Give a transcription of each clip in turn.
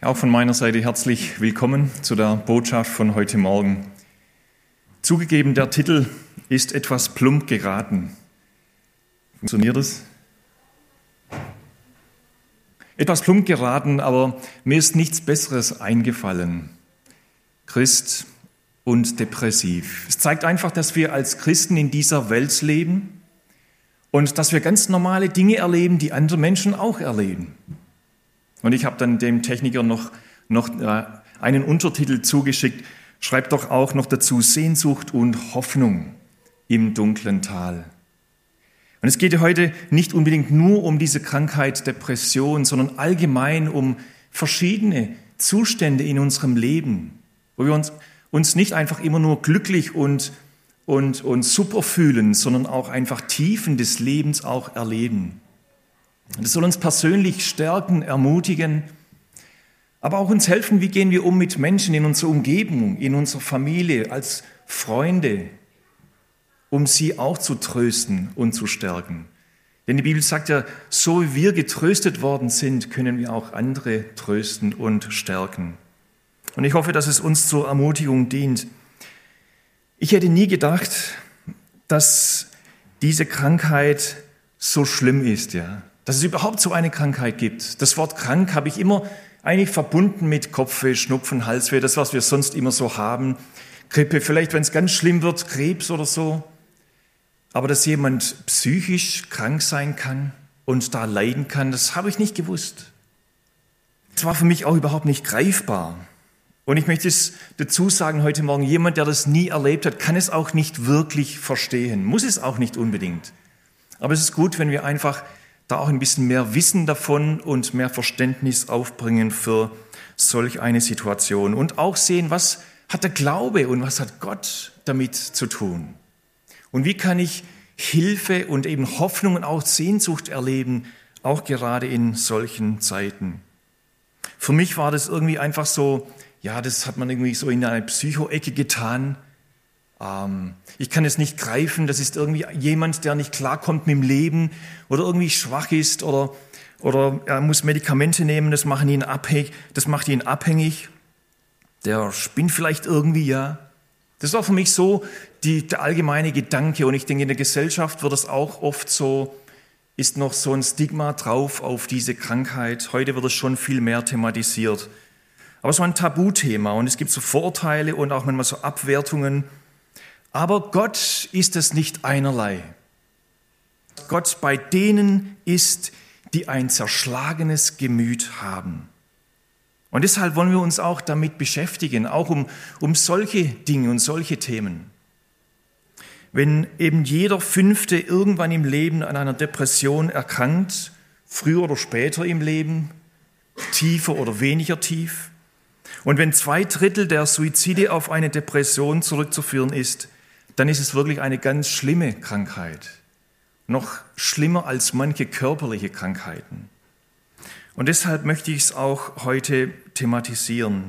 Ja, auch von meiner Seite herzlich willkommen zu der Botschaft von heute Morgen. Zugegeben, der Titel ist etwas plump geraten. Funktioniert es? Etwas plump geraten, aber mir ist nichts Besseres eingefallen. Christ und depressiv. Es zeigt einfach, dass wir als Christen in dieser Welt leben und dass wir ganz normale Dinge erleben, die andere Menschen auch erleben. Und ich habe dann dem Techniker noch einen Untertitel zugeschickt. Schreibt doch auch noch dazu Sehnsucht und Hoffnung im dunklen Tal. Und es geht heute nicht unbedingt nur um diese Krankheit Depression, sondern allgemein um verschiedene Zustände in unserem Leben, wo wir uns nicht einfach immer nur glücklich und super fühlen, sondern auch einfach Tiefen des Lebens auch erleben. Das soll uns persönlich stärken, ermutigen, aber auch uns helfen, wie gehen wir um mit Menschen in unserer Umgebung, in unserer Familie, als Freunde, um sie auch zu trösten und zu stärken. Denn die Bibel sagt ja, so wie wir getröstet worden sind, können wir auch andere trösten und stärken. Und ich hoffe, dass es uns zur Ermutigung dient. Ich hätte nie gedacht, dass diese Krankheit so schlimm ist, ja. Dass es überhaupt so eine Krankheit gibt. Das Wort krank habe ich immer eigentlich verbunden mit Kopfweh, Schnupfen, Halsweh, das, was wir sonst immer so haben. Grippe, vielleicht, wenn es ganz schlimm wird, Krebs oder so. Aber dass jemand psychisch krank sein kann und da leiden kann, das habe ich nicht gewusst. Das war für mich auch überhaupt nicht greifbar. Und ich möchte es dazu sagen heute Morgen, jemand, der das nie erlebt hat, kann es auch nicht wirklich verstehen. Muss es auch nicht unbedingt. Aber es ist gut, wenn wir einfach da auch ein bisschen mehr Wissen davon und mehr Verständnis aufbringen für solch eine Situation und auch sehen, was hat der Glaube und was hat Gott damit zu tun. Und wie kann ich Hilfe und eben Hoffnung und auch Sehnsucht erleben, auch gerade in solchen Zeiten. Für mich war das irgendwie einfach so, ja, das hat man irgendwie so in eine Psycho-Ecke getan. Ich kann es nicht greifen, das ist irgendwie jemand, der nicht klarkommt mit dem Leben oder irgendwie schwach ist oder er muss Medikamente nehmen, das macht ihn abhängig. Der spinnt vielleicht irgendwie, ja. Das war für mich so der allgemeine Gedanke und ich denke, in der Gesellschaft wird es auch oft so, ist noch so ein Stigma drauf auf diese Krankheit. Heute wird es schon viel mehr thematisiert. Aber es war ein Tabuthema und es gibt so Vorurteile und auch manchmal so Abwertungen. Aber Gott ist es nicht einerlei. Gott bei denen ist, die ein zerschlagenes Gemüt haben. Und deshalb wollen wir uns auch damit beschäftigen, auch um solche Dinge und solche Themen. Wenn eben jeder Fünfte irgendwann im Leben an einer Depression erkrankt, früher oder später im Leben, tiefer oder weniger tief, und wenn 2/3 der Suizide auf eine Depression zurückzuführen ist, dann ist es wirklich eine ganz schlimme Krankheit. Noch schlimmer als manche körperliche Krankheiten. Und deshalb möchte ich es auch heute thematisieren.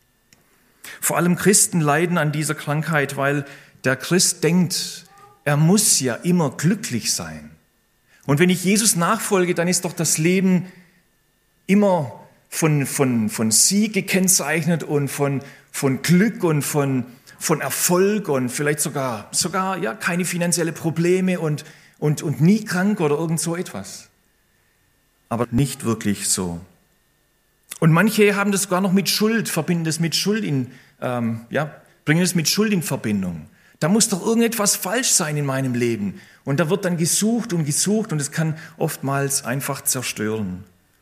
Vor allem Christen leiden an dieser Krankheit, weil der Christ denkt, er muss ja immer glücklich sein. Und wenn ich Jesus nachfolge, dann ist doch das Leben immer von Sieg gekennzeichnet und von Glück und von Erfolg und vielleicht sogar ja, keine finanzielle Probleme und nie krank oder irgend so etwas. Aber nicht wirklich so. Und manche haben das sogar noch mit Schuld, verbinden das mit Schuld bringen es mit Schuld in Verbindung. Da muss doch irgendetwas falsch sein in meinem Leben. Und da wird dann gesucht und es kann oftmals einfach zerstören.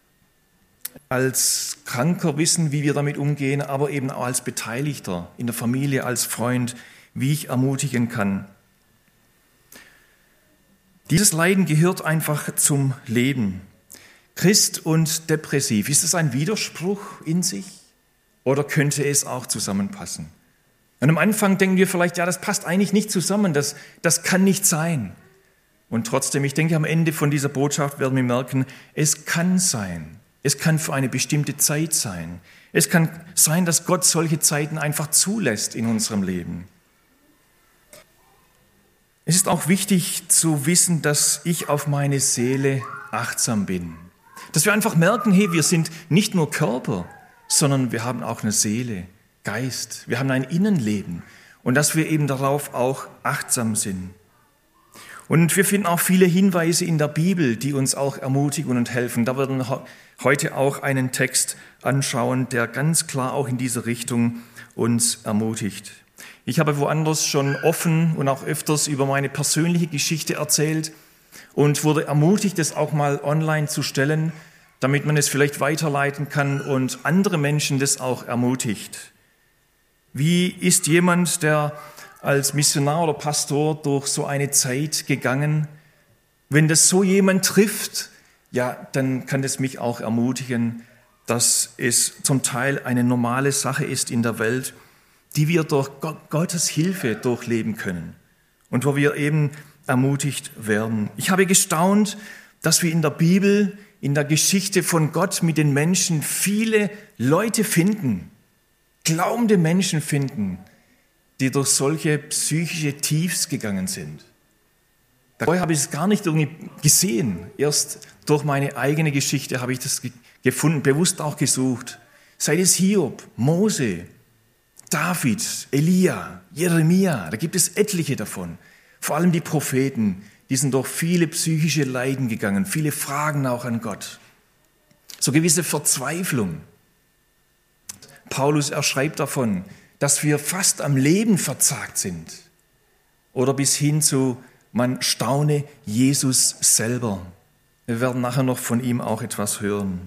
Als Kranker wissen, wie wir damit umgehen, aber eben auch als Beteiligter in der Familie, als Freund, wie ich ermutigen kann. Dieses Leiden gehört einfach zum Leben. Christ und depressiv, ist es ein Widerspruch in sich oder könnte es auch zusammenpassen? Und am Anfang denken wir vielleicht, ja, das passt eigentlich nicht zusammen, das kann nicht sein. Und trotzdem, ich denke, am Ende von dieser Botschaft werden wir merken, es kann sein. Es kann für eine bestimmte Zeit sein. Es kann sein, dass Gott solche Zeiten einfach zulässt in unserem Leben. Es ist auch wichtig zu wissen, dass ich auf meine Seele achtsam bin. Dass wir einfach merken, hey, wir sind nicht nur Körper, sondern wir haben auch eine Seele, Geist. Wir haben ein Innenleben und dass wir eben darauf auch achtsam sind. Und wir finden auch viele Hinweise in der Bibel, die uns auch ermutigen und helfen. Da werden wir heute auch einen Text anschauen, der ganz klar auch in diese Richtung uns ermutigt. Ich habe woanders schon offen und auch öfters über meine persönliche Geschichte erzählt und wurde ermutigt, das auch mal online zu stellen, damit man es vielleicht weiterleiten kann und andere Menschen das auch ermutigt. Wie ist jemand, der als Missionar oder Pastor durch so eine Zeit gegangen? Wenn das so jemand trifft, ja, dann kann das mich auch ermutigen, dass es zum Teil eine normale Sache ist in der Welt, die wir durch Gottes Hilfe durchleben können und wo wir eben ermutigt werden. Ich habe gestaunt, dass wir in der Bibel, in der Geschichte von Gott mit den Menschen viele Leute finden, glaubende Menschen finden, die durch solche psychische Tiefs gegangen sind. Vorher habe ich es gar nicht irgendwie gesehen. Erst durch meine eigene Geschichte habe ich das gefunden, bewusst auch gesucht. Sei es Hiob, Mose, David, Elia, Jeremia, da gibt es etliche davon. Vor allem die Propheten, die sind durch viele psychische Leiden gegangen, viele Fragen auch an Gott. So gewisse Verzweiflung. Paulus, er schreibt davon, dass wir fast am Leben verzagt sind. Oder bis hin zu, man staune Jesus selber. Wir werden nachher noch von ihm auch etwas hören.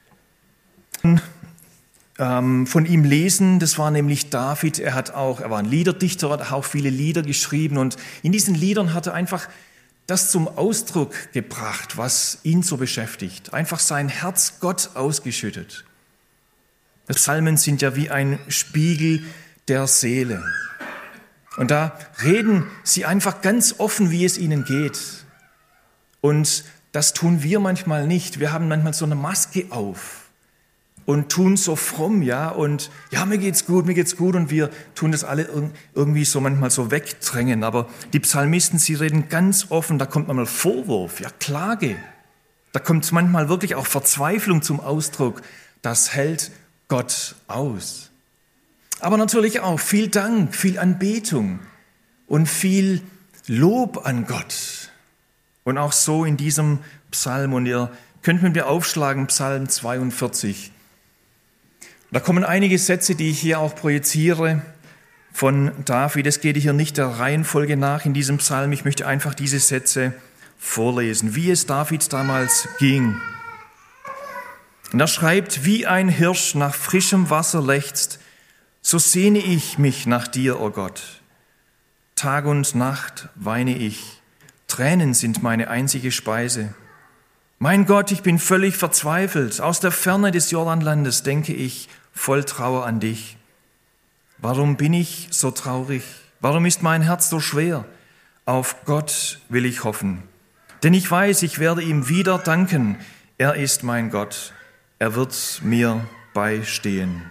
Von ihm lesen, das war nämlich David, er war ein Liederdichter, hat auch viele Lieder geschrieben und in diesen Liedern hat er einfach das zum Ausdruck gebracht, was ihn so beschäftigt. Einfach sein Herz Gott ausgeschüttet. Die Psalmen sind ja wie ein Spiegel der Seele. Und da reden sie einfach ganz offen, wie es ihnen geht. Und das tun wir manchmal nicht. Wir haben manchmal so eine Maske auf und tun so fromm, ja, und ja, mir geht's gut und wir tun das alle irgendwie so manchmal so wegdrängen. Aber die Psalmisten, sie reden ganz offen, da kommt manchmal Vorwurf, ja, Klage. Da kommt manchmal wirklich auch Verzweiflung zum Ausdruck. Das hält Gott aus. Aber natürlich auch viel Dank, viel Anbetung und viel Lob an Gott. Und auch so in diesem Psalm, und ihr könnt mit mir aufschlagen, Psalm 42. Da kommen einige Sätze, die ich hier auch projiziere von David. Es geht hier nicht der Reihenfolge nach in diesem Psalm. Ich möchte einfach diese Sätze vorlesen, wie es David damals ging. Und er schreibt, wie ein Hirsch nach frischem Wasser lechzt, so sehne ich mich nach dir, o Gott. Tag und Nacht weine ich, Tränen sind meine einzige Speise. Mein Gott, ich bin völlig verzweifelt. Aus der Ferne des Jordanlandes denke ich voll Trauer an dich. Warum bin ich so traurig? Warum ist mein Herz so schwer? Auf Gott will ich hoffen. Denn ich weiß, ich werde ihm wieder danken. Er ist mein Gott. Er wird mir beistehen.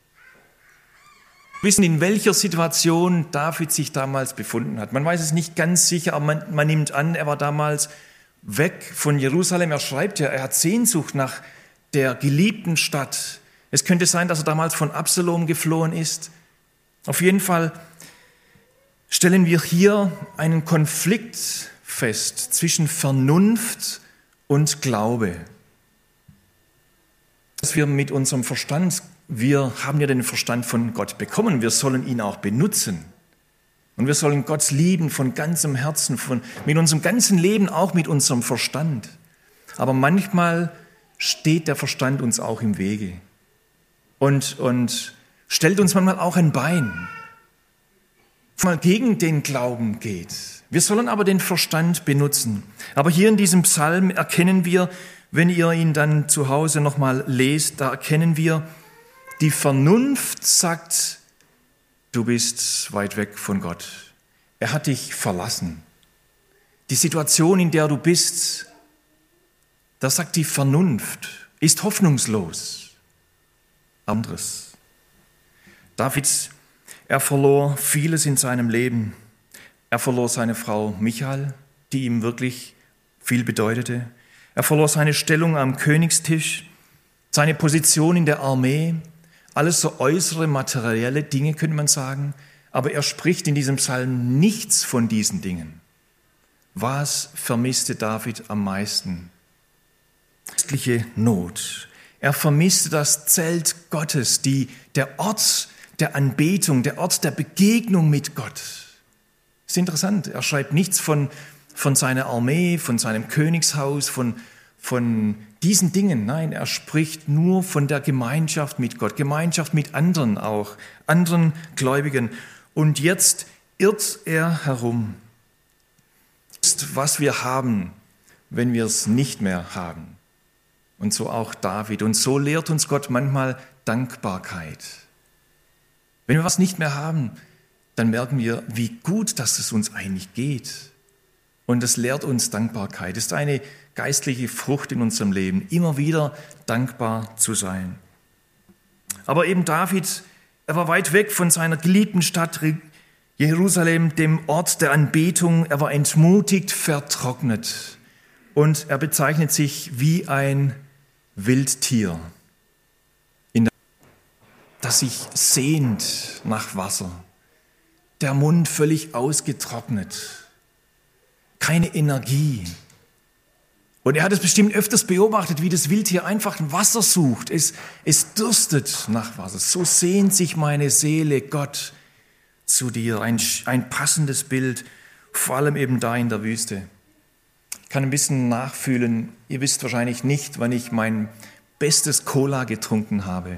Wir wissen, in welcher Situation David sich damals befunden hat. Man weiß es nicht ganz sicher, aber man nimmt an, er war damals weg von Jerusalem. Er schreibt ja, er hat Sehnsucht nach der geliebten Stadt. Es könnte sein, dass er damals von Absalom geflohen ist. Auf jeden Fall stellen wir hier einen Konflikt fest zwischen Vernunft und Glaube. Dass wir mit unserem Verstand, wir haben ja den Verstand von Gott bekommen, wir sollen ihn auch benutzen. Und wir sollen Gott lieben von ganzem Herzen, mit unserem ganzen Leben, auch mit unserem Verstand. Aber manchmal steht der Verstand uns auch im Wege und stellt uns manchmal auch ein Bein, was mal gegen den Glauben geht. Wir sollen aber den Verstand benutzen. Aber hier in diesem Psalm erkennen wir, wenn ihr ihn dann zu Hause nochmal lest, da erkennen wir, die Vernunft sagt, du bist weit weg von Gott. Er hat dich verlassen. Die Situation, in der du bist, da sagt die Vernunft, ist hoffnungslos. Anderes. David, er verlor vieles in seinem Leben. Er verlor seine Frau Michal, die ihm wirklich viel bedeutete. Er verlor seine Stellung am Königstisch, seine Position in der Armee, alles so äußere, materielle Dinge, könnte man sagen. Aber er spricht in diesem Psalm nichts von diesen Dingen. Was vermisste David am meisten? Geistliche Not. Er vermisste das Zelt Gottes, der Ort der Anbetung, der Ort der Begegnung mit Gott. Das ist interessant. Er schreibt nichts von seiner Armee, von seinem Königshaus, von diesen Dingen. Nein, er spricht nur von der Gemeinschaft mit Gott, Gemeinschaft mit anderen auch, anderen Gläubigen. Und jetzt irrt er herum. Was wir haben, wenn wir es nicht mehr haben. Und so auch David. Und so lehrt uns Gott manchmal Dankbarkeit. Wenn wir was nicht mehr haben, dann merken wir, wie gut, dass es uns eigentlich geht. Und das lehrt uns Dankbarkeit. Das ist eine geistliche Frucht in unserem Leben, immer wieder dankbar zu sein. Aber eben David, er war weit weg von seiner geliebten Stadt Jerusalem, dem Ort der Anbetung. Er war entmutigt, vertrocknet. Und er bezeichnet sich wie ein Wildtier, das sich sehnt nach Wasser. Der Mund völlig ausgetrocknet. Keine Energie. Und er hat es bestimmt öfters beobachtet, wie das Wildtier einfach Wasser sucht. Es dürstet nach Wasser. So sehnt sich meine Seele, Gott, zu dir. Ein passendes Bild, vor allem eben da in der Wüste. Ich kann ein bisschen nachfühlen. Ihr wisst wahrscheinlich nicht, wann ich mein bestes Cola getrunken habe.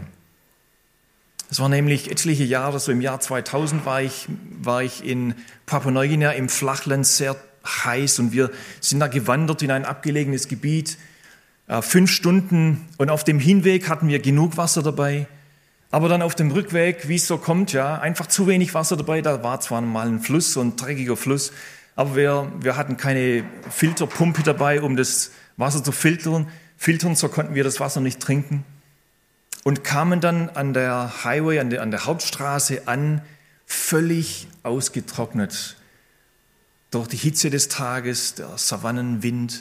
Es war nämlich etliche Jahre, so im Jahr 2000 war ich in Papua-Neuguinea im Flachland, sehr heiß, und wir sind da gewandert in ein abgelegenes Gebiet, 5 Stunden, und auf dem Hinweg hatten wir genug Wasser dabei, aber dann auf dem Rückweg, wie es so kommt, ja, einfach zu wenig Wasser dabei. Da war zwar mal ein Fluss, so ein dreckiger Fluss, aber wir hatten keine Filterpumpe dabei, um das Wasser zu filtern, so konnten wir das Wasser nicht trinken. Und kamen dann an der Highway, an der Hauptstraße an, völlig ausgetrocknet. Durch die Hitze des Tages, der Savannenwind,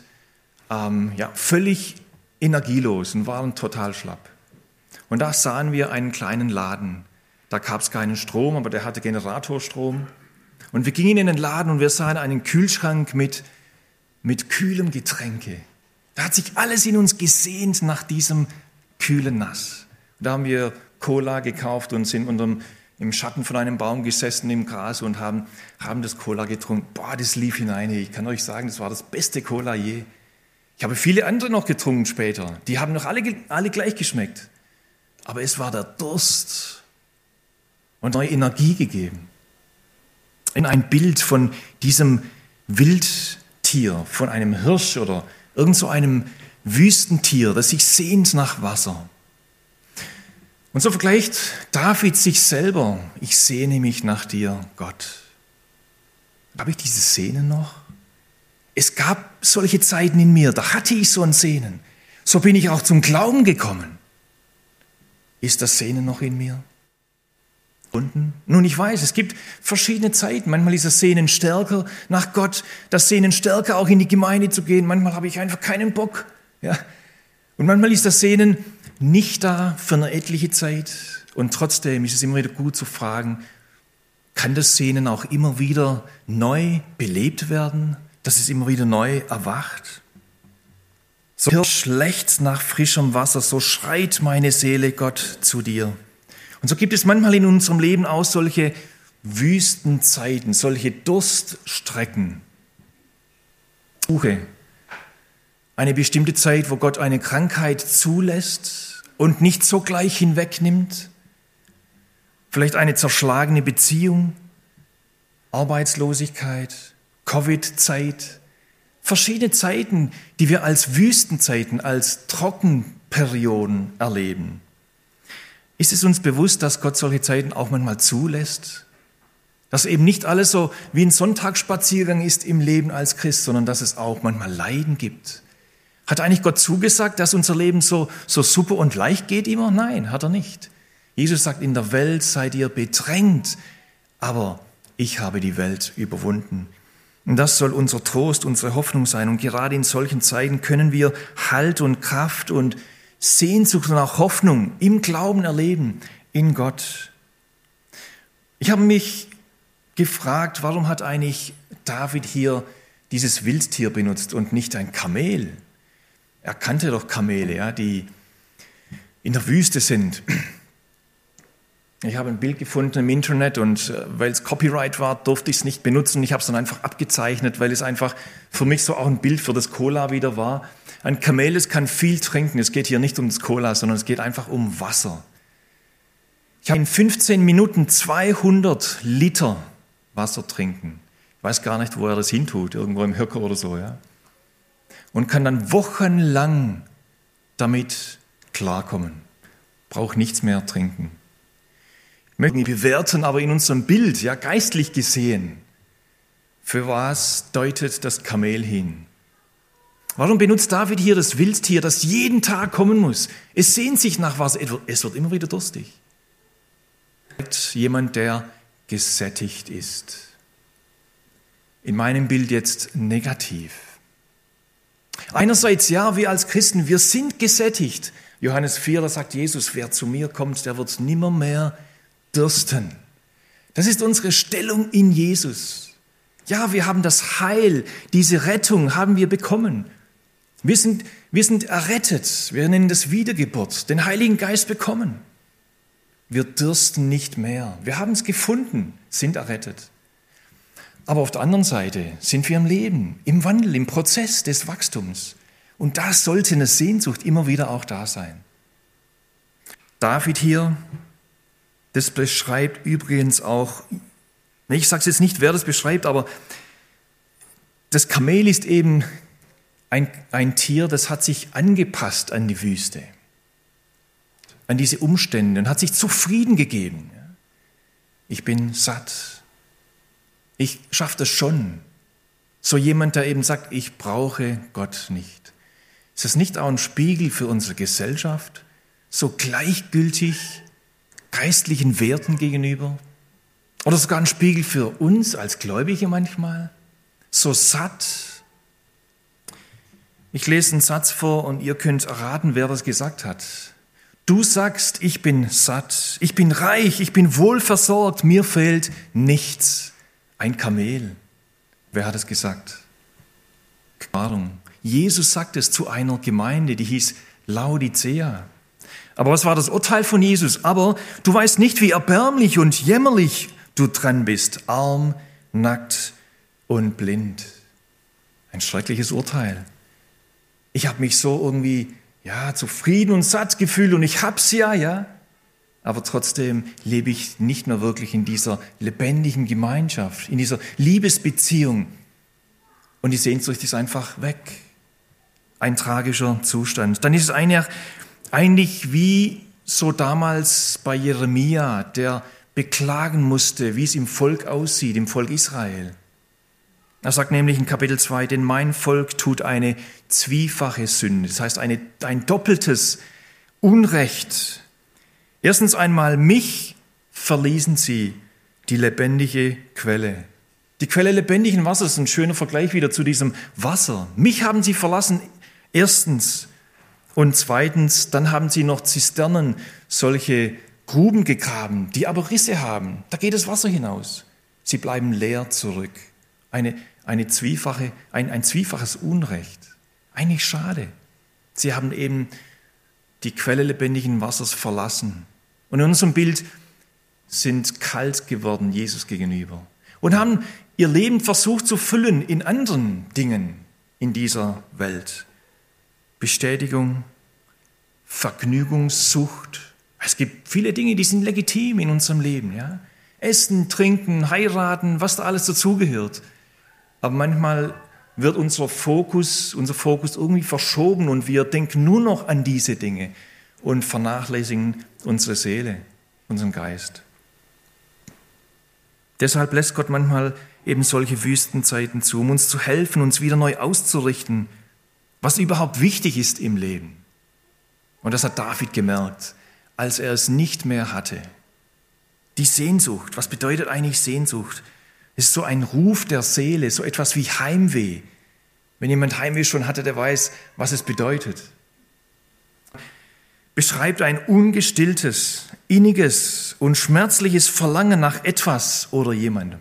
völlig energielos und waren total schlapp. Und da sahen wir einen kleinen Laden. Da gab es keinen Strom, aber der hatte Generatorstrom. Und wir gingen in den Laden und wir sahen einen Kühlschrank mit kühlem Getränke. Da hat sich alles in uns gesehnt nach diesem kühlen Nass. Da haben wir Cola gekauft und sind im Schatten von einem Baum gesessen im Gras und haben das Cola getrunken. Boah, das lief hinein. Ich kann euch sagen, das war das beste Cola je. Ich habe viele andere noch getrunken später. Die haben noch alle gleich geschmeckt. Aber es war der Durst und neue Energie gegeben. In ein Bild von diesem Wildtier, von einem Hirsch oder irgend so einem Wüstentier, das sich sehnt nach Wasser. Und so vergleicht David sich selber. Ich sehne mich nach dir, Gott. Habe ich diese Sehnen noch? Es gab solche Zeiten in mir, da hatte ich so ein Sehnen. So bin ich auch zum Glauben gekommen. Ist das Sehnen noch in mir? Nun, ich weiß, es gibt verschiedene Zeiten. Manchmal ist das Sehnen stärker nach Gott, das Sehnen stärker auch in die Gemeinde zu gehen. Manchmal habe ich einfach keinen Bock. Ja. Und manchmal ist das Sehnen nicht da für eine etliche Zeit. Und trotzdem ist es immer wieder gut zu fragen, kann das Sehnen auch immer wieder neu belebt werden, dass es immer wieder neu erwacht? So Hirsch lechzt nach frischem Wasser, so schreit meine Seele Gott zu dir. Und so gibt es manchmal in unserem Leben auch solche Wüstenzeiten, solche Durststrecken. Suche. Eine bestimmte Zeit, wo Gott eine Krankheit zulässt und nicht sogleich hinwegnimmt. Vielleicht eine zerschlagene Beziehung, Arbeitslosigkeit, Covid-Zeit. Verschiedene Zeiten, die wir als Wüstenzeiten, als Trockenperioden erleben. Ist es uns bewusst, dass Gott solche Zeiten auch manchmal zulässt? Dass eben nicht alles so wie ein Sonntagsspaziergang ist im Leben als Christ, sondern dass es auch manchmal Leiden gibt. Hat eigentlich Gott zugesagt, dass unser Leben so super und leicht geht immer? Nein, hat er nicht. Jesus sagt, in der Welt seid ihr bedrängt, aber ich habe die Welt überwunden. Und das soll unser Trost, unsere Hoffnung sein. Und gerade in solchen Zeiten können wir Halt und Kraft und Sehnsucht und auch Hoffnung im Glauben erleben. in Gott. Ich habe mich gefragt, warum hat eigentlich David hier dieses Wildtier benutzt und nicht ein Kamel? Er kannte doch Kamele, ja, die in der Wüste sind. Ich habe ein Bild gefunden im Internet und weil es Copyright war, durfte ich es nicht benutzen. Ich habe es dann einfach abgezeichnet, weil es einfach für mich so auch ein Bild für das Cola wieder war. Ein Kamel, das kann viel trinken. Es geht hier nicht um das Cola, sondern es geht einfach um Wasser. Ich habe in 15 Minuten 200 Liter Wasser trinken. Ich weiß gar nicht, wo er das hintut, irgendwo im Höcker oder so, ja. Und kann dann wochenlang damit klarkommen. Braucht nichts mehr trinken. Ich möchte nicht bewerten, aber in unserem Bild, ja, geistlich gesehen, für was deutet das Kamel hin? Warum benutzt David hier das Wildtier, das jeden Tag kommen muss? Es sehnt sich nach Wasser, es wird immer wieder durstig. Jemand, der gesättigt ist. In meinem Bild jetzt negativ. Einerseits, ja, wir als Christen, wir sind gesättigt. Johannes 4, da sagt Jesus, wer zu mir kommt, der wird nimmermehr dürsten. Das ist unsere Stellung in Jesus. Ja, wir haben das Heil, diese Rettung haben wir bekommen. Wir sind errettet, wir nennen das Wiedergeburt, den Heiligen Geist bekommen. Wir dürsten nicht mehr. Wir haben es gefunden, sind errettet. Aber auf der anderen Seite sind wir im Leben, im Wandel, im Prozess des Wachstums. Und da sollte eine Sehnsucht immer wieder auch da sein. David hier, das beschreibt übrigens auch, ich sage jetzt nicht, wer das beschreibt, aber das Kamel ist eben ein Tier, das hat sich angepasst an die Wüste, an diese Umstände und hat sich zufrieden gegeben. Ich bin satt. Ich schaffe das schon. So jemand, der eben sagt, ich brauche Gott nicht. Ist das nicht auch ein Spiegel für unsere Gesellschaft? So gleichgültig geistlichen Werten gegenüber? Oder sogar ein Spiegel für uns als Gläubige manchmal? So satt? Ich lese einen Satz vor und ihr könnt erraten, wer das gesagt hat. Du sagst, ich bin satt, ich bin reich, ich bin wohlversorgt, mir fehlt nichts. Ein Kamel. Wer hat es gesagt? Wahrung. Jesus sagt es zu einer Gemeinde, die hieß Laodicea. Aber was war das Urteil von Jesus? Aber du weißt nicht, wie erbärmlich und jämmerlich du dran bist, arm, nackt und blind. Ein schreckliches Urteil. Ich habe mich so irgendwie zufrieden und satt gefühlt und ich hab's ja. Aber trotzdem lebe ich nicht mehr wirklich in dieser lebendigen Gemeinschaft, in dieser Liebesbeziehung. Und die Sehnsucht ist einfach weg. Ein tragischer Zustand. Dann ist es eigentlich wie so damals bei Jeremia, der beklagen musste, wie es im Volk aussieht, im Volk Israel. Er sagt nämlich in Kapitel 2, denn mein Volk tut eine zwiefache Sünde, das heißt ein doppeltes Unrecht. Erstens einmal, mich verließen sie, die lebendige Quelle. Die Quelle lebendigen Wassers ist ein schöner Vergleich wieder zu diesem Wasser. Mich haben sie verlassen, erstens. Und zweitens, dann haben sie noch Zisternen, solche Gruben gegraben, die aber Risse haben. Da geht das Wasser hinaus. Sie bleiben leer zurück. Ein zwiefaches Unrecht. Eigentlich schade. Sie haben eben die Quelle lebendigen Wassers verlassen. Und in unserem Bild sind kalt geworden Jesus gegenüber und haben ihr Leben versucht zu füllen in anderen Dingen in dieser Welt. Bestätigung, Vergnügungssucht. Es gibt viele Dinge, die sind legitim in unserem Leben. Ja? Essen, trinken, heiraten, was da alles dazugehört. Aber manchmal wird unser Fokus irgendwie verschoben und wir denken nur noch an diese Dinge und vernachlässigen unsere Seele, unseren Geist. Deshalb lässt Gott manchmal eben solche Wüstenzeiten zu, um uns zu helfen, uns wieder neu auszurichten, was überhaupt wichtig ist im Leben. Und das hat David gemerkt, als er es nicht mehr hatte. Die Sehnsucht, was bedeutet eigentlich Sehnsucht? Es ist so ein Ruf der Seele, so etwas wie Heimweh. Wenn jemand Heimweh schon hatte, der weiß, was es bedeutet. beschreibt ein ungestilltes, inniges und schmerzliches Verlangen nach etwas oder jemandem.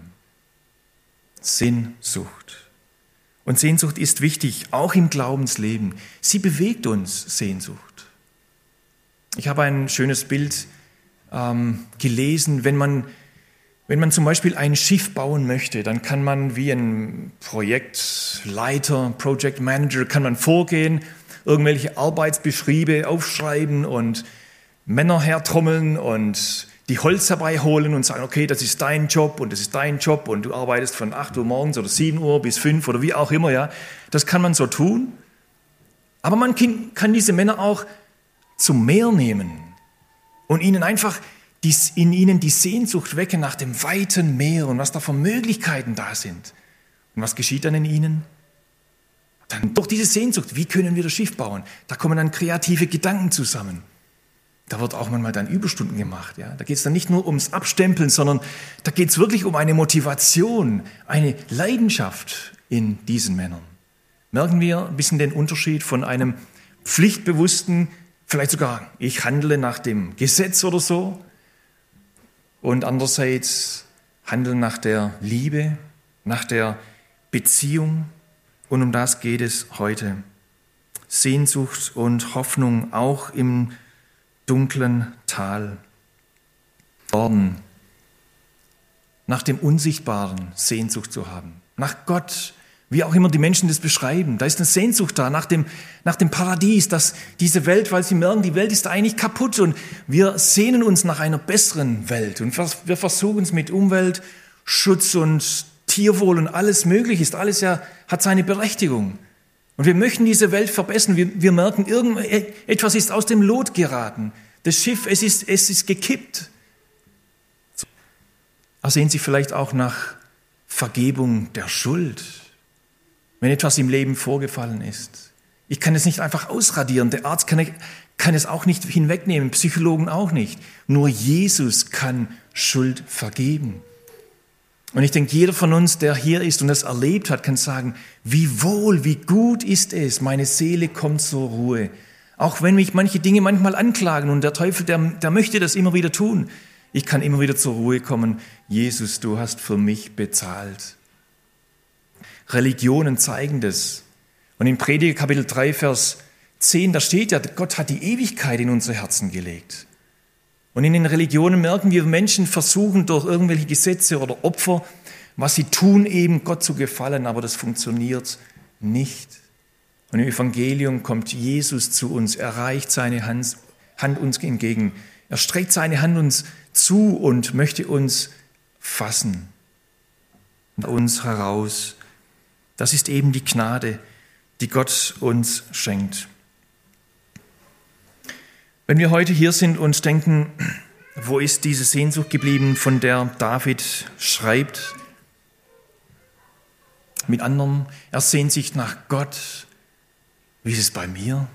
Sehnsucht. Und Sehnsucht ist wichtig, auch im Glaubensleben. Sie bewegt uns, Sehnsucht. Ich habe ein schönes Bild gelesen, wenn man zum Beispiel ein Schiff bauen möchte, dann kann man wie ein Projektleiter, Project Manager, kann man vorgehen, irgendwelche Arbeitsbeschriebe aufschreiben und Männer hertrommeln und die Holz herbeiholen und sagen, okay, das ist dein Job und das ist dein Job und du arbeitest von 8 Uhr morgens oder 7 Uhr bis 5 oder wie auch immer, ja. Das kann man so tun. Aber man kann diese Männer auch zum Meer nehmen und ihnen einfach in ihnen die Sehnsucht wecken nach dem weiten Meer und was da für Möglichkeiten da sind. Und was geschieht dann in ihnen? Dann durch diese Sehnsucht, wie können wir das Schiff bauen? Da kommen dann kreative Gedanken zusammen. Da wird auch manchmal dann Überstunden gemacht. Ja? Da geht es dann nicht nur ums Abstempeln, sondern da geht es wirklich um eine Motivation, eine Leidenschaft in diesen Männern. Merken wir ein bisschen den Unterschied von einem pflichtbewussten, vielleicht sogar ich handle nach dem Gesetz oder so, und andererseits handeln nach der Liebe, nach der Beziehung. Und um das geht es heute. Sehnsucht und Hoffnung auch im dunklen Tal. Nach dem Unsichtbaren Sehnsucht zu haben. Nach Gott, wie auch immer die Menschen das beschreiben. Da ist eine Sehnsucht da nach dem Paradies, dass diese Welt, weil sie merken, die Welt ist eigentlich kaputt und wir sehnen uns nach einer besseren Welt. Und wir versuchen es mit Umweltschutz und Tierwohl und alles Mögliche ist. Alles ja hat seine Berechtigung. Und wir möchten diese Welt verbessern. Wir merken, etwas ist aus dem Lot geraten. Das Schiff, es ist gekippt. Sehen Sie vielleicht auch nach Vergebung der Schuld, wenn etwas im Leben vorgefallen ist. Ich kann es nicht einfach ausradieren. Der Arzt kann es auch nicht hinwegnehmen, Psychologen auch nicht. Nur Jesus kann Schuld vergeben. Und ich denke, jeder von uns, der hier ist und das erlebt hat, kann sagen, wie wohl, wie gut ist es, meine Seele kommt zur Ruhe. Auch wenn mich manche Dinge manchmal anklagen und der Teufel, der möchte das immer wieder tun. Ich kann immer wieder zur Ruhe kommen. Jesus, du hast für mich bezahlt. Religionen zeigen das. Und in Prediger Kapitel 3, Vers 10, da steht ja, Gott hat die Ewigkeit in unsere Herzen gelegt. Und in den Religionen merken wir, Menschen versuchen durch irgendwelche Gesetze oder Opfer, was sie tun, eben Gott zu gefallen, aber das funktioniert nicht. Und im Evangelium kommt Jesus zu uns, er reicht seine Hand uns entgegen. Er streckt seine Hand uns zu und möchte uns fassen und uns heraus. Das ist eben die Gnade, die Gott uns schenkt. Wenn wir heute hier sind und denken, wo ist diese Sehnsucht geblieben, von der David schreibt, mit anderen, er sehnt sich nach Gott. Wie ist es bei mir?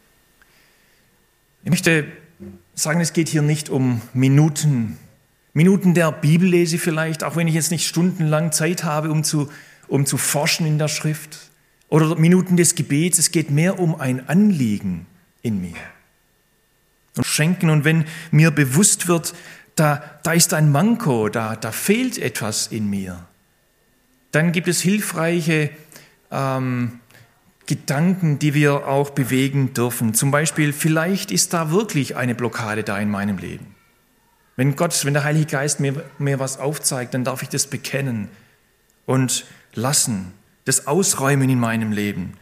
Ich möchte sagen, es geht hier nicht um Minuten der Bibellese vielleicht, auch wenn ich jetzt nicht stundenlang Zeit habe, um zu forschen in der Schrift, oder Minuten des Gebets. Es geht mehr um ein Anliegen in mir. Und schenken, und wenn mir bewusst wird, da ist ein Manko, da fehlt etwas in mir, dann gibt es hilfreiche Gedanken, die wir auch bewegen dürfen. Zum Beispiel, vielleicht ist da wirklich eine Blockade da in meinem Leben. Wenn der Heilige Geist mir was aufzeigt, dann darf ich das bekennen und lassen, das ausräumen in meinem Leben.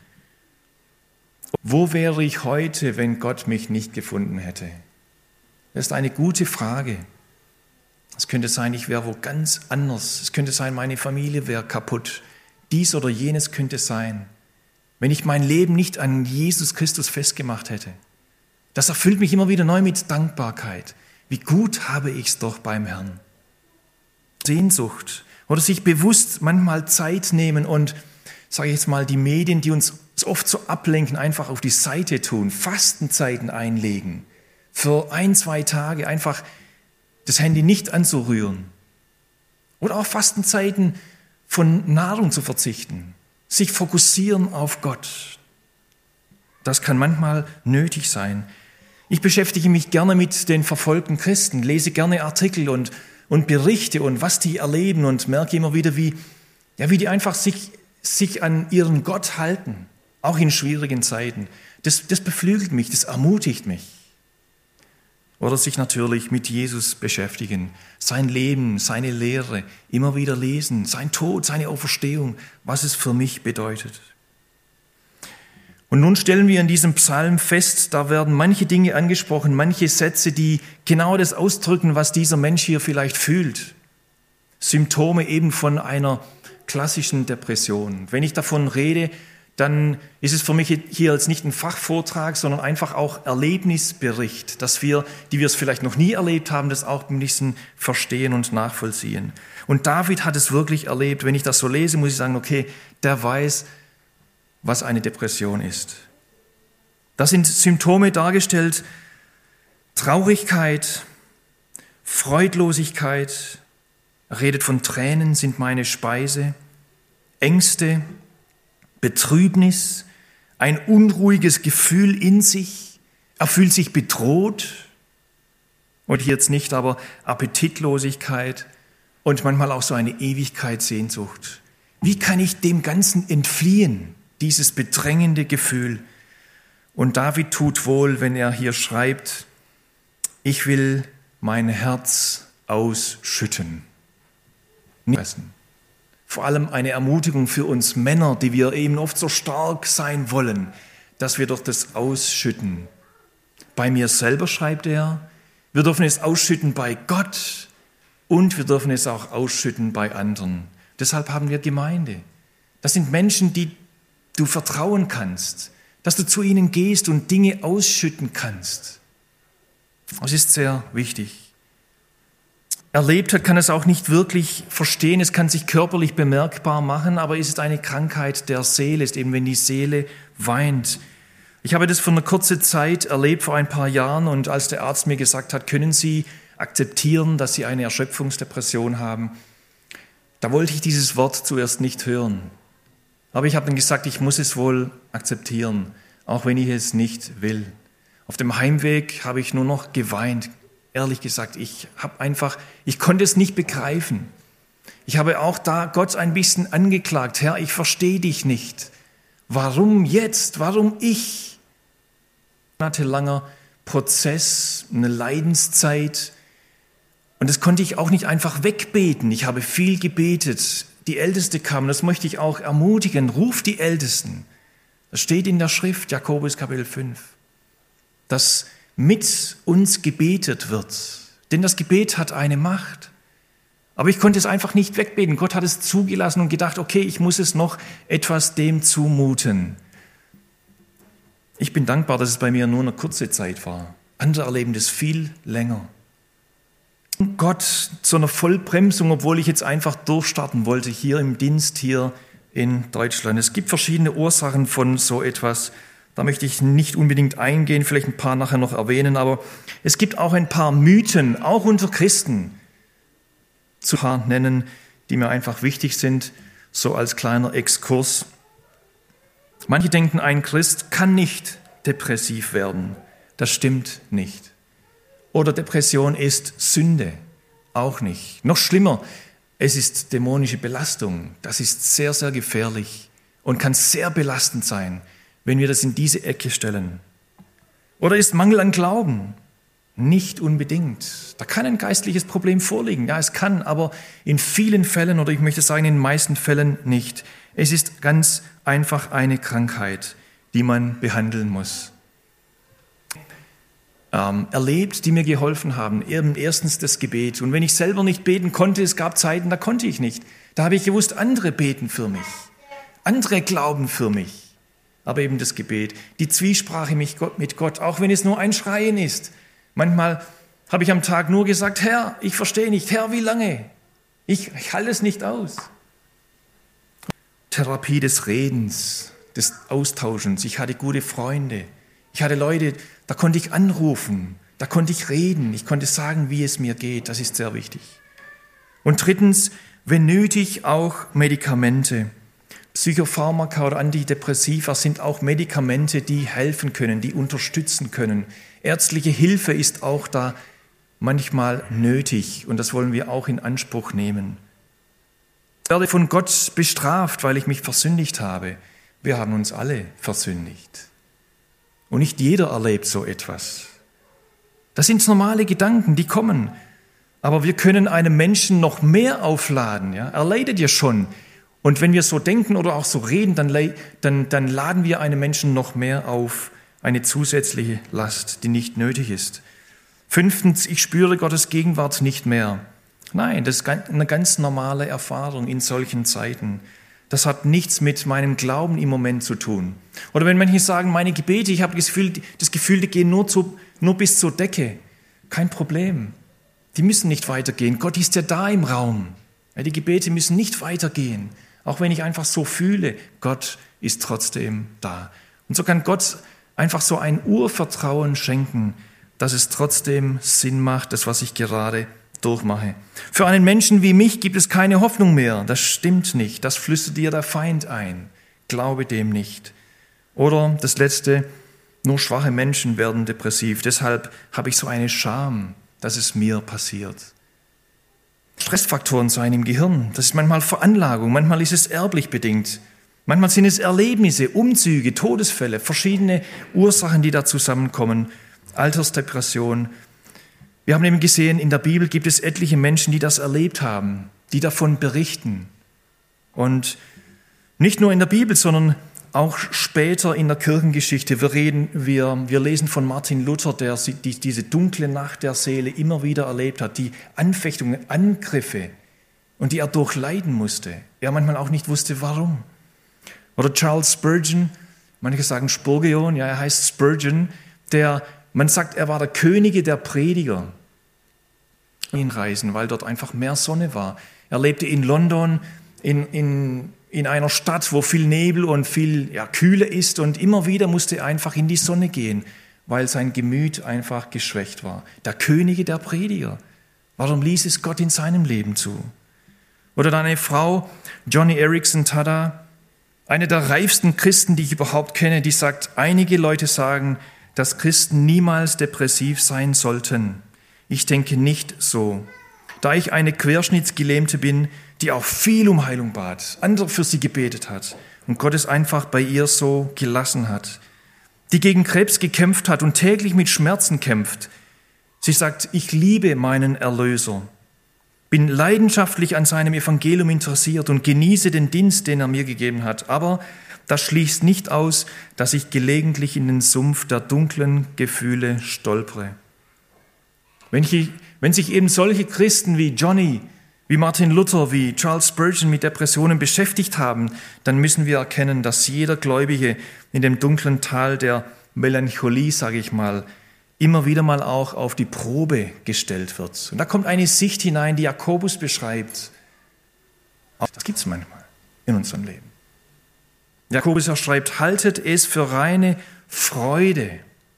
Wo wäre ich heute, wenn Gott mich nicht gefunden hätte? Das ist eine gute Frage. Es könnte sein, ich wäre wo ganz anders. Es könnte sein, meine Familie wäre kaputt. Dies oder jenes könnte sein. Wenn ich mein Leben nicht an Jesus Christus festgemacht hätte. Das erfüllt mich immer wieder neu mit Dankbarkeit. Wie gut habe ich es doch beim Herrn. Sehnsucht oder sich bewusst manchmal Zeit nehmen und, sage ich jetzt mal, die Medien, die uns oft so ablenken, einfach auf die Seite tun, Fastenzeiten einlegen, für 1-2 Tage einfach das Handy nicht anzurühren. Oder auch Fastenzeiten von Nahrung zu verzichten, sich fokussieren auf Gott. Das kann manchmal nötig sein. Ich beschäftige mich gerne mit den verfolgten Christen, lese gerne Artikel und Berichte und was die erleben und merke immer wieder, wie die einfach sich an ihren Gott halten, auch in schwierigen Zeiten. Das beflügelt mich, das ermutigt mich. Oder sich natürlich mit Jesus beschäftigen, sein Leben, seine Lehre immer wieder lesen, sein Tod, seine Auferstehung, was es für mich bedeutet. Und nun stellen wir in diesem Psalm fest, da werden manche Dinge angesprochen, manche Sätze, die genau das ausdrücken, was dieser Mensch hier vielleicht fühlt. Symptome eben von einer klassischen Depression. Wenn ich davon rede, dann ist es für mich hier jetzt nicht ein Fachvortrag, sondern einfach auch Erlebnisbericht, dass wir, die wir es vielleicht noch nie erlebt haben, das auch ein bisschen verstehen und nachvollziehen. Und David hat es wirklich erlebt. Wenn ich das so lese, muss ich sagen, okay, der weiß, was eine Depression ist. Da sind Symptome dargestellt: Traurigkeit, Freudlosigkeit, er redet von Tränen sind meine Speise, Ängste, Betrübnis, ein unruhiges Gefühl in sich, er fühlt sich bedroht, und hier jetzt nicht, aber Appetitlosigkeit und manchmal auch so eine Ewigkeitssehnsucht. Wie kann ich dem Ganzen entfliehen? Dieses bedrängende Gefühl. Und David tut wohl, wenn er hier schreibt, ich will mein Herz ausschütten. Vor allem eine Ermutigung für uns Männer, die wir eben oft so stark sein wollen, dass wir doch das ausschütten. Bei mir selber, schreibt er, wir dürfen es ausschütten bei Gott und wir dürfen es auch ausschütten bei anderen. Deshalb haben wir Gemeinde. Das sind Menschen, die du vertrauen kannst, dass du zu ihnen gehst und Dinge ausschütten kannst. Das ist sehr wichtig. Erlebt hat, kann es auch nicht wirklich verstehen, es kann sich körperlich bemerkbar machen, aber es ist eine Krankheit der Seele, ist eben, wenn die Seele weint. Ich habe das für eine kurze Zeit erlebt, vor ein paar Jahren, und als der Arzt mir gesagt hat, können Sie akzeptieren, dass Sie eine Erschöpfungsdepression haben, da wollte ich dieses Wort zuerst nicht hören. Aber ich habe dann gesagt, ich muss es wohl akzeptieren, auch wenn ich es nicht will. Auf dem Heimweg habe ich nur noch geweint. Ehrlich gesagt, ich konnte es nicht begreifen. Ich habe auch da Gott ein bisschen angeklagt. Herr, ich verstehe dich nicht. Warum jetzt? Warum ich? Monatelanger Prozess, eine Leidenszeit. Und das konnte ich auch nicht einfach wegbeten. Ich habe viel gebetet. Die Älteste kam, das möchte ich auch ermutigen, ruf die Ältesten. Das steht in der Schrift, Jakobus Kapitel 5, dass mit uns gebetet wird. Denn das Gebet hat eine Macht. Aber ich konnte es einfach nicht wegbeten. Gott hat es zugelassen und gedacht, okay, ich muss es noch etwas dem zumuten. Ich bin dankbar, dass es bei mir nur eine kurze Zeit war. Andere erleben das viel länger. Gott zu einer Vollbremsung, obwohl ich jetzt einfach durchstarten wollte, hier im Dienst, hier in Deutschland. Es gibt verschiedene Ursachen von so etwas. Da möchte ich nicht unbedingt eingehen, vielleicht ein paar nachher noch erwähnen, aber es gibt auch ein paar Mythen, auch unter Christen, zu nennen, die mir einfach wichtig sind, so als kleiner Exkurs. Manche denken, ein Christ kann nicht depressiv werden. Das stimmt nicht. Oder Depression ist Sünde, auch nicht. Noch schlimmer, es ist dämonische Belastung. Das ist sehr, sehr gefährlich und kann sehr belastend sein, wenn wir das in diese Ecke stellen. Oder ist Mangel an Glauben? Nicht unbedingt. Da kann ein geistliches Problem vorliegen. Ja, es kann, aber in vielen Fällen, oder ich möchte sagen, in den meisten Fällen nicht. Es ist ganz einfach eine Krankheit, die man behandeln muss. Erlebt, die mir geholfen haben. Erstens das Gebet. Und wenn ich selber nicht beten konnte, es gab Zeiten, da konnte ich nicht. Da habe ich gewusst, andere beten für mich. Andere glauben für mich. Aber eben das Gebet. Die Zwiesprache mit Gott, auch wenn es nur ein Schreien ist. Manchmal habe ich am Tag nur gesagt, Herr, ich verstehe nicht. Herr, wie lange? Ich halte es nicht aus. Therapie des Redens, des Austauschens. Ich hatte gute Freunde. Ich hatte Leute, da konnte ich anrufen, da konnte ich reden, ich konnte sagen, wie es mir geht. Das ist sehr wichtig. Und drittens, wenn nötig, auch Medikamente. Psychopharmaka oder Antidepressiva sind auch Medikamente, die helfen können, die unterstützen können. Ärztliche Hilfe ist auch da manchmal nötig und das wollen wir auch in Anspruch nehmen. Ich werde von Gott bestraft, weil ich mich versündigt habe. Wir haben uns alle versündigt. Und nicht jeder erlebt so etwas. Das sind normale Gedanken, die kommen. Aber wir können einem Menschen noch mehr aufladen. Ja? Er leidet ja schon. Und wenn wir so denken oder auch so reden, dann laden wir einem Menschen noch mehr auf, eine zusätzliche Last, die nicht nötig ist. 5. Ich spüre Gottes Gegenwart nicht mehr. Nein, das ist eine ganz normale Erfahrung in solchen Zeiten. Das hat nichts mit meinem Glauben im Moment zu tun. Oder wenn manche sagen, meine Gebete, ich habe das Gefühl, die gehen nur bis zur Decke. Kein Problem. Die müssen nicht weitergehen. Gott ist ja da im Raum. Ja, die Gebete müssen nicht weitergehen. Auch wenn ich einfach so fühle, Gott ist trotzdem da. Und so kann Gott einfach so ein Urvertrauen schenken, dass es trotzdem Sinn macht, das, was ich gerade durchmache. Für einen Menschen wie mich gibt es keine Hoffnung mehr. Das stimmt nicht. Das flüstert dir der Feind ein. Glaube dem nicht. Oder das Letzte, nur schwache Menschen werden depressiv. Deshalb habe ich so eine Scham, dass es mir passiert. Stressfaktoren sein im Gehirn. Das ist manchmal Veranlagung, manchmal ist es erblich bedingt. Manchmal sind es Erlebnisse, Umzüge, Todesfälle, verschiedene Ursachen, die da zusammenkommen. Altersdepression. Wir haben eben gesehen, in der Bibel gibt es etliche Menschen, die das erlebt haben, die davon berichten. Und nicht nur in der Bibel, sondern auch später in der Kirchengeschichte. Wir lesen von Martin Luther, der diese dunkle Nacht der Seele immer wieder erlebt hat, die Anfechtungen, Angriffe und die er durchleiden musste. Er manchmal auch nicht wusste, warum. Oder Charles Spurgeon, manche sagen Spurgeon, ja, er heißt Spurgeon, man sagt, er war der Könige der Prediger. Reisen, weil dort einfach mehr Sonne war. Er lebte in London, in einer Stadt, wo viel Nebel und viel Kühle ist und immer wieder musste er einfach in die Sonne gehen, weil sein Gemüt einfach geschwächt war. Der Könige der Prediger. Warum ließ es Gott in seinem Leben zu? Oder deine Frau, Joni Eareckson Tada, eine der reifsten Christen, die ich überhaupt kenne, die sagt, einige Leute sagen, dass Christen niemals depressiv sein sollten. Ich denke nicht so. Da ich eine Querschnittsgelähmte bin, die auch viel um Heilung bat, andere für sie gebetet hat und Gott es einfach bei ihr so gelassen hat, die gegen Krebs gekämpft hat und täglich mit Schmerzen kämpft. Sie sagt, ich liebe meinen Erlöser, bin leidenschaftlich an seinem Evangelium interessiert und genieße den Dienst, den er mir gegeben hat, aber das schließt nicht aus, dass ich gelegentlich in den Sumpf der dunklen Gefühle stolpere. Wenn sich eben solche Christen wie Johnny, wie Martin Luther, wie Charles Spurgeon mit Depressionen beschäftigt haben, dann müssen wir erkennen, dass jeder Gläubige in dem dunklen Tal der Melancholie, sage ich mal, immer wieder mal auch auf die Probe gestellt wird. Und da kommt eine Sicht hinein, die Jakobus beschreibt. Das gibt es manchmal in unserem Leben. Jakobus schreibt, haltet es für reine Freude,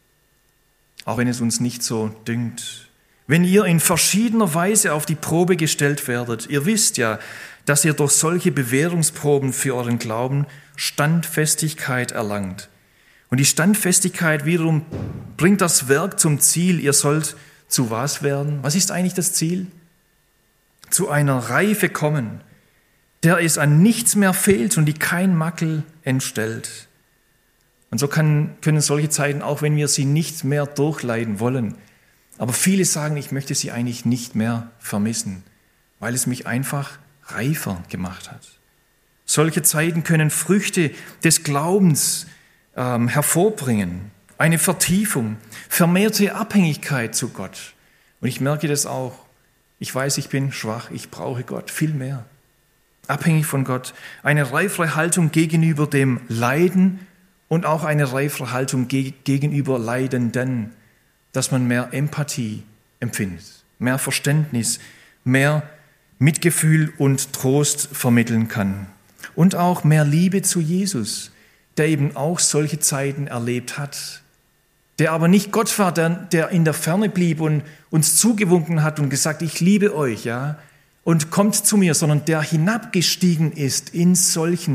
auch wenn es uns nicht so dünkt. Wenn ihr in verschiedener Weise auf die Probe gestellt werdet, ihr wisst ja, dass ihr durch solche Bewährungsproben für euren Glauben Standfestigkeit erlangt. Und die Standfestigkeit wiederum bringt das Werk zum Ziel. Ihr sollt zu was werden? Was ist eigentlich das Ziel? Zu einer Reife kommen, der es an nichts mehr fehlt und die kein Makel entstellt. Und so können solche Zeiten, auch wenn wir sie nicht mehr durchleiden wollen, aber viele sagen, ich möchte sie eigentlich nicht mehr vermissen, weil es mich einfach reifer gemacht hat. Solche Zeiten können Früchte des Glaubens hervorbringen, eine Vertiefung, vermehrte Abhängigkeit zu Gott. Und ich merke das auch. Ich weiß, ich bin schwach, ich brauche Gott viel mehr. Abhängig von Gott, eine reifere Haltung gegenüber dem Leiden und auch eine reifere Haltung gegenüber Leidenden, dass man mehr Empathie empfindet, mehr Verständnis, mehr Mitgefühl und Trost vermitteln kann. Und auch mehr Liebe zu Jesus, der eben auch solche Zeiten erlebt hat, der aber nicht Gott war, der in der Ferne blieb und uns zugewunken hat und gesagt, ich liebe euch, ja, und kommt zu mir, sondern der hinabgestiegen ist in solchen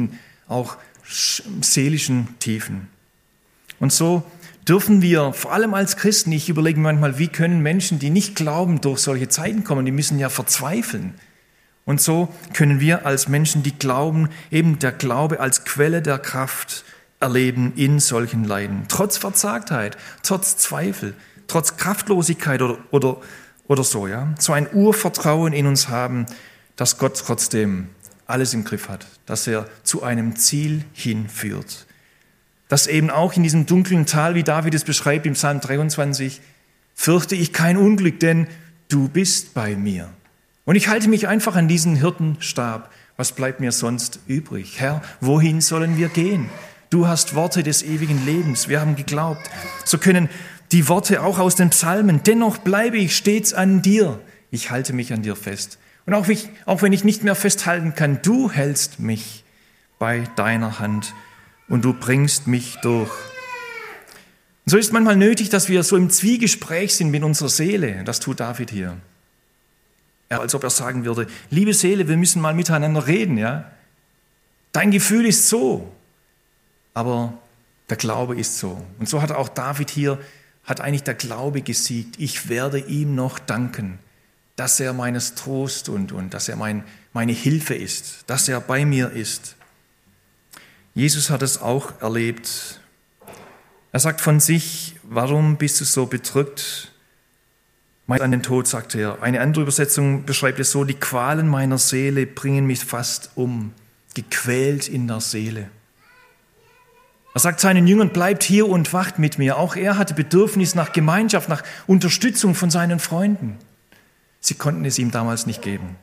auch seelischen Tiefen. Und so dürfen wir, vor allem als Christen, ich überlege manchmal, wie können Menschen, die nicht glauben, durch solche Zeiten kommen, die müssen ja verzweifeln. Und so können wir als Menschen, die glauben, eben der Glaube als Quelle der Kraft erleben in solchen Leiden. Trotz Verzagtheit, trotz Zweifel, trotz Kraftlosigkeit oder so, ja. So ein Urvertrauen in uns haben, dass Gott trotzdem alles im Griff hat, dass er zu einem Ziel hinführt. Dass eben auch in diesem dunklen Tal, wie David es beschreibt im Psalm 23, fürchte ich kein Unglück, denn du bist bei mir. Und ich halte mich einfach an diesen Hirtenstab. Was bleibt mir sonst übrig? Herr, wohin sollen wir gehen? Du hast Worte des ewigen Lebens. Wir haben geglaubt. So können die Worte auch aus den Psalmen. Dennoch bleibe ich stets an dir. Ich halte mich an dir fest. Und auch wenn ich nicht mehr festhalten kann, du hältst mich bei deiner Hand und du bringst mich durch. Und so ist manchmal nötig, dass wir so im Zwiegespräch sind mit unserer Seele. Das tut David hier. Als ob er sagen würde, liebe Seele, wir müssen mal miteinander reden. Ja? Dein Gefühl ist so, aber der Glaube ist so. Und so hat auch David hier, hat eigentlich der Glaube gesiegt. Ich werde ihm noch danken, dass er meines Trost und dass er meine Hilfe ist, dass er bei mir ist. Jesus hat es auch erlebt. Er sagt von sich, warum bist du so bedrückt? Meint an den Tod, sagt er. Eine andere Übersetzung beschreibt es so, die Qualen meiner Seele bringen mich fast um, gequält in der Seele. Er sagt seinen Jüngern, bleibt hier und wacht mit mir. Auch er hatte Bedürfnis nach Gemeinschaft, nach Unterstützung von seinen Freunden. Sie konnten es ihm damals nicht geben.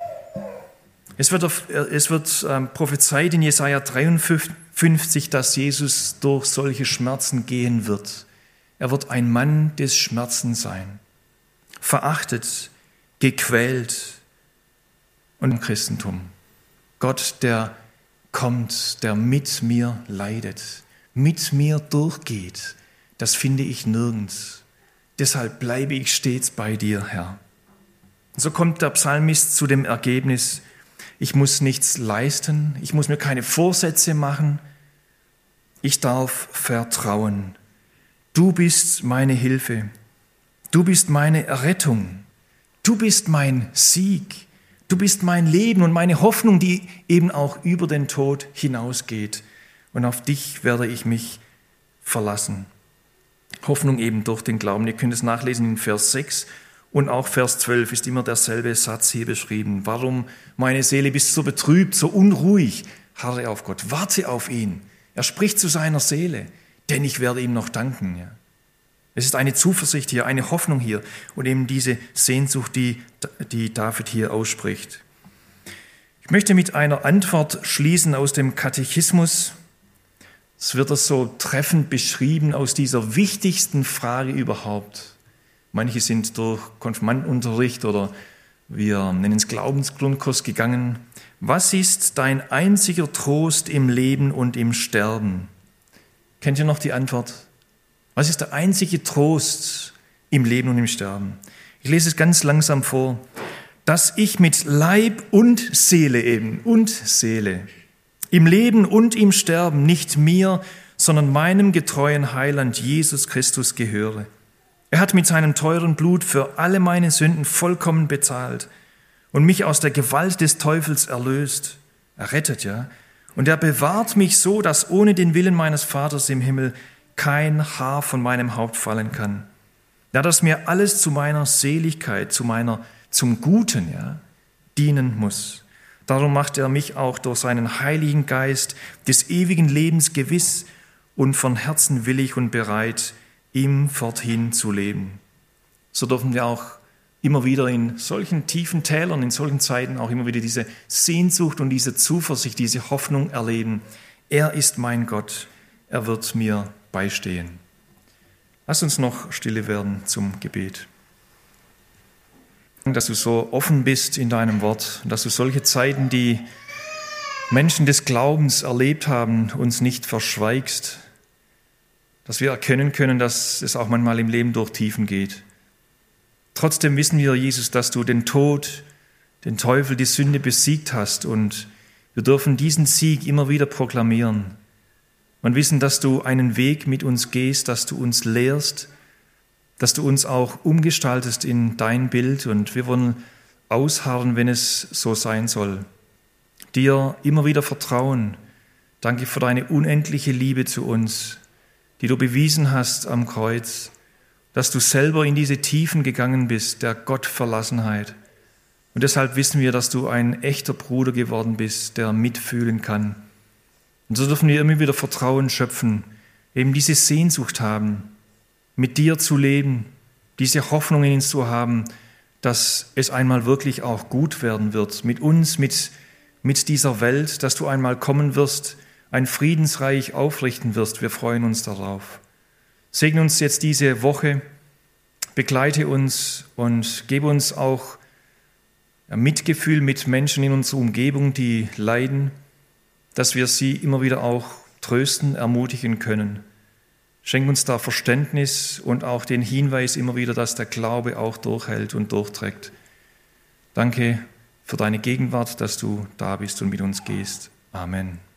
Es wird prophezeit in Jesaja 53, dass Jesus durch solche Schmerzen gehen wird. Er wird ein Mann des Schmerzens sein. Verachtet, gequält und im Christentum. Gott, der kommt, der mit mir leidet, mit mir durchgeht, das finde ich nirgends. Deshalb bleibe ich stets bei dir, Herr. Und so kommt der Psalmist zu dem Ergebnis, ich muss nichts leisten, ich muss mir keine Vorsätze machen, ich darf vertrauen. Du bist meine Hilfe, du bist meine Errettung, du bist mein Sieg, du bist mein Leben und meine Hoffnung, die eben auch über den Tod hinausgeht. Und auf dich werde ich mich verlassen. Hoffnung eben durch den Glauben. Ihr könnt es nachlesen in Vers 6 und auch Vers 12 ist immer derselbe Satz hier beschrieben. Warum, meine Seele, bist du so betrübt, so unruhig? Harre auf Gott, warte auf ihn. Er spricht zu seiner Seele, denn ich werde ihm noch danken. Ja. Es ist eine Zuversicht hier, eine Hoffnung hier und eben diese Sehnsucht, die David hier ausspricht. Ich möchte mit einer Antwort schließen aus dem Katechismus. Es wird das so treffend beschrieben aus dieser wichtigsten Frage überhaupt. Manche sind durch Konfirmandenunterricht oder wir nennen es Glaubensgrundkurs gegangen. Was ist dein einziger Trost im Leben und im Sterben? Kennt ihr noch die Antwort? Was ist der einzige Trost im Leben und im Sterben? Ich lese es ganz langsam vor. Dass ich mit Leib und Seele im Leben und im Sterben nicht mir, sondern meinem getreuen Heiland Jesus Christus gehöre. Er hat mit seinem teuren Blut für alle meine Sünden vollkommen bezahlt und mich aus der Gewalt des Teufels erlöst, errettet, ja. Und er bewahrt mich so, dass ohne den Willen meines Vaters im Himmel kein Haar von meinem Haupt fallen kann. Ja, dass mir alles zu meiner Seligkeit, zum Guten, ja, dienen muss. Darum macht er mich auch durch seinen Heiligen Geist des ewigen Lebens gewiss und von Herzen willig und bereit, ihm forthin zu leben. So dürfen wir auch immer wieder in solchen tiefen Tälern, in solchen Zeiten auch immer wieder diese Sehnsucht und diese Zuversicht, diese Hoffnung erleben. Er ist mein Gott, er wird mir beistehen. Lass uns noch stille werden zum Gebet. Dass du so offen bist in deinem Wort, dass du solche Zeiten, die Menschen des Glaubens erlebt haben, uns nicht verschweigst, dass wir erkennen können, dass es auch manchmal im Leben durch Tiefen geht. Trotzdem wissen wir, Jesus, dass du den Tod, den Teufel, die Sünde besiegt hast und Wir dürfen diesen Sieg immer wieder proklamieren und wissen, dass du einen Weg mit uns gehst, dass du uns lehrst, dass du uns auch umgestaltest in dein Bild, und wir wollen ausharren, wenn es so sein soll. Dir immer wieder vertrauen. Danke für deine unendliche Liebe zu uns, die du bewiesen hast am Kreuz, dass du selber in diese Tiefen gegangen bist, der Gottverlassenheit. Und deshalb wissen wir, dass du ein echter Bruder geworden bist, der mitfühlen kann. Und so dürfen wir immer wieder Vertrauen schöpfen, eben diese Sehnsucht haben, mit dir zu leben, diese Hoffnung in uns zu haben, dass es einmal wirklich auch gut werden wird, mit uns, mit dieser Welt, dass du einmal kommen wirst, ein Friedensreich aufrichten wirst. Wir freuen uns darauf. Segne uns jetzt diese Woche, begleite uns und gebe uns auch Mitgefühl mit Menschen in unserer Umgebung, die leiden, dass wir sie immer wieder auch trösten, ermutigen können. Schenk uns da Verständnis und auch den Hinweis immer wieder, dass der Glaube auch durchhält und durchträgt. Danke für deine Gegenwart, dass du da bist und mit uns gehst. Amen.